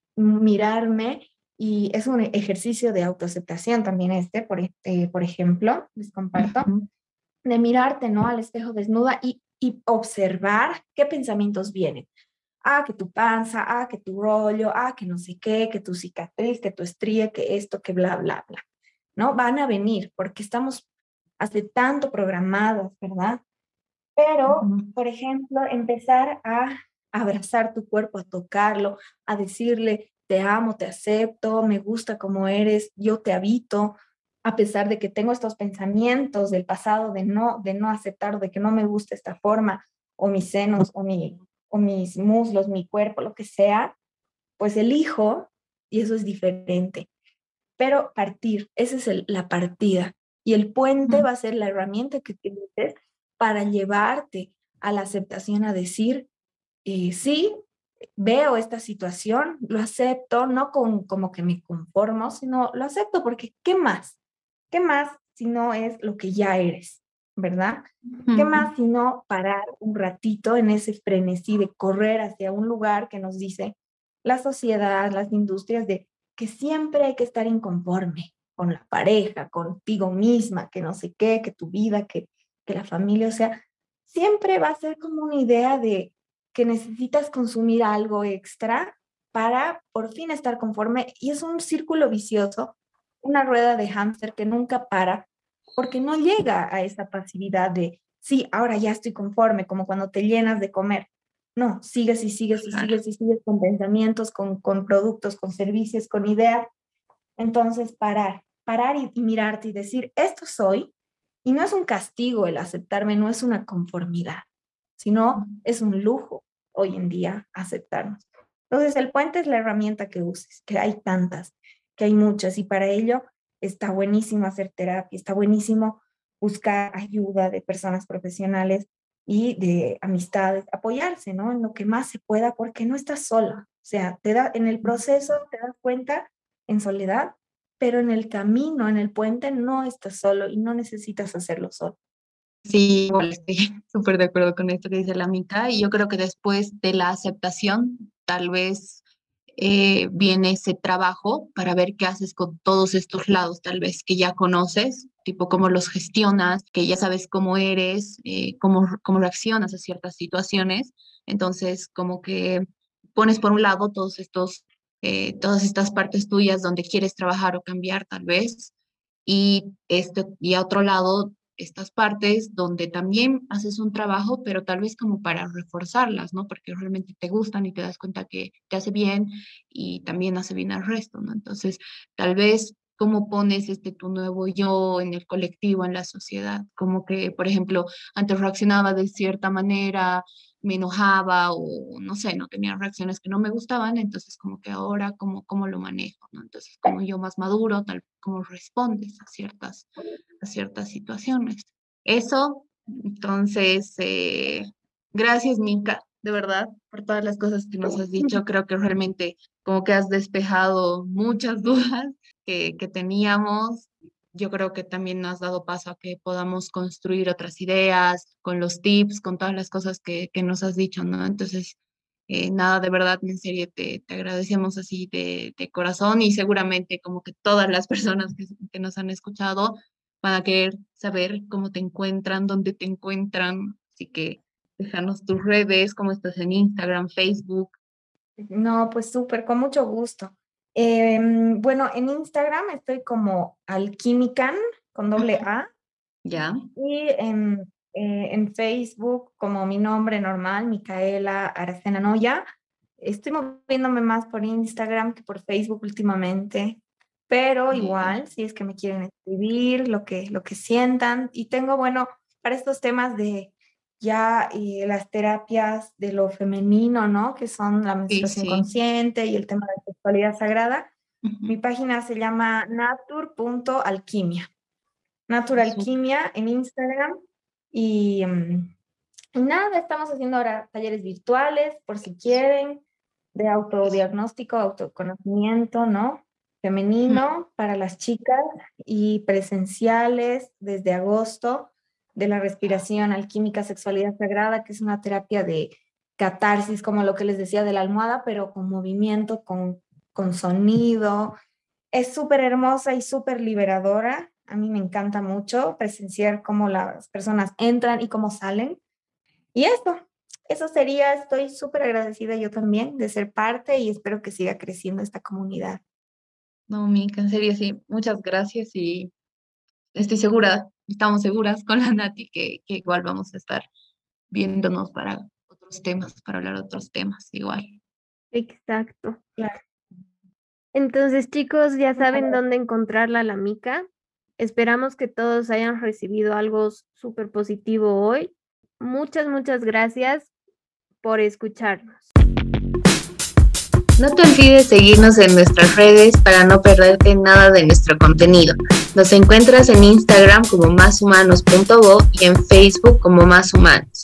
mirarme, y es un ejercicio de autoaceptación también este, por ejemplo, les comparto, ujú, de mirarte, ¿no? Al espejo desnuda y observar qué pensamientos vienen. Ah, que tu panza, ah, que tu rollo, ah, que no sé qué, que tu cicatriz, que tu estría, que esto, que bla, bla, bla. ¿No? Van a venir porque estamos hace tanto programados, ¿verdad? Pero, ujú, por ejemplo, empezar a abrazar tu cuerpo, a tocarlo, a decirle, te amo, te acepto, me gusta como eres, yo te habito, a pesar de que tengo estos pensamientos del pasado de no aceptar, de que no me gusta esta forma, o mis senos, o mis muslos, mi cuerpo, lo que sea, pues elijo y eso es diferente. Pero partir, esa es la partida. Y el puente ujú. va a ser la herramienta que utilices para llevarte a la aceptación, a decir, sí, veo esta situación, lo acepto, no como que me conformo, sino lo acepto porque ¿qué más? ¿Qué más si no es lo que ya eres, verdad? ¿Qué Ujú. más si no parar un ratito en ese frenesí de correr hacia un lugar que nos dice la sociedad, las industrias, de que siempre hay que estar inconforme con la pareja, contigo misma, que no sé qué, que tu vida, que la familia, o sea, siempre va a ser como una idea de que necesitas consumir algo extra para por fin estar conforme, y es un círculo vicioso, una rueda de hámster que nunca para, porque no llega a esa pasividad de, sí, ahora ya estoy conforme, como cuando te llenas de comer. No, sigues y sigues y Claro, sigues y sigues con pensamientos, con productos, con servicios, con ideas. Entonces, parar y mirarte y decir, esto soy, y no es un castigo el aceptarme, no es una conformidad, sino es un lujo hoy en día aceptarnos. Entonces, el puente es la herramienta que uses, que hay tantas, que hay muchas, y para ello está buenísimo hacer terapia, está buenísimo buscar ayuda de personas profesionales y de amistades, apoyarse, ¿no? En lo que más se pueda, porque no estás sola. O sea, en el proceso te das cuenta en soledad, pero en el camino, en el puente, no estás solo y no necesitas hacerlo solo. Sí, igual estoy súper de acuerdo con esto que dice la Mica, y yo creo que después de la aceptación, tal vez viene ese trabajo para ver qué haces con todos estos lados, tal vez que ya conoces, tipo cómo los gestionas, que ya sabes cómo eres, cómo reaccionas a ciertas situaciones. Entonces, como que pones por un lado todas estas partes tuyas donde quieres trabajar o cambiar, tal vez, y a otro lado estas partes donde también haces un trabajo, pero tal vez como para reforzarlas, ¿no? Porque realmente te gustan y te das cuenta que te hace bien y también hace bien al resto, ¿no? Entonces, tal vez cómo pones tu nuevo yo en el colectivo, en la sociedad, como que, por ejemplo, antes reaccionaba de cierta manera, me enojaba o no sé, no tenía reacciones que no me gustaban, entonces como que ahora cómo lo manejo, ¿no? Entonces, como yo más maduro, tal cómo respondes a ciertas situaciones. Eso, entonces, gracias, Mica, de verdad, por todas las cosas que nos has dicho. Creo que realmente como que has despejado muchas dudas que teníamos. Yo creo que también nos has dado paso a que podamos construir otras ideas con los tips, con todas las cosas que nos has dicho, ¿no? Entonces, nada, de verdad, en serio, te agradecemos así de corazón, y seguramente como que todas las personas que nos han escuchado van a querer saber cómo te encuentran, dónde te encuentran. Así que déjanos tus redes, cómo estás en Instagram, Facebook. No, pues súper, con mucho gusto. Bueno, en Instagram estoy como Alquimican con doble A ¿Ya? y en Facebook como mi nombre normal, Micaela Aracena Noya. Estoy moviéndome más por Instagram que por Facebook últimamente, pero Bien. igual, si es que me quieren escribir, lo que sientan. Y tengo, bueno, para estos temas de ya las terapias de lo femenino, ¿no? Que son la Sí, menstruación sí. consciente y el tema de sexualidad sagrada. Mi Ujú. página se llama natur.alquimia. Eso. Naturalquimia en Instagram. Y nada, estamos haciendo ahora talleres virtuales, por si quieren, de autodiagnóstico, autoconocimiento, ¿no? Ujú. Femenino para las chicas y presenciales desde agosto de la respiración alquímica sexualidad sagrada, que es una terapia de catarsis, como lo que les decía de la almohada, pero con movimiento, con sonido. Es súper hermosa y súper liberadora. A mí me encanta mucho presenciar cómo las personas entran y cómo salen. Y eso sería, estoy súper agradecida yo también de ser parte y espero que siga creciendo esta comunidad. No, Mica, en serio, sí. Muchas gracias, y estoy segura, estamos seguras con la Nati que igual vamos a estar viéndonos para otros temas, para hablar de otros temas igual. Exacto. Claro. Entonces, chicos, ya saben dónde encontrarla la Mica. Esperamos que todos hayan recibido algo súper positivo hoy. Muchas, muchas gracias por escucharnos. No te olvides seguirnos en nuestras redes para no perderte nada de nuestro contenido. Nos encuentras en Instagram como máshumanos.bo y en Facebook como Más Humanos.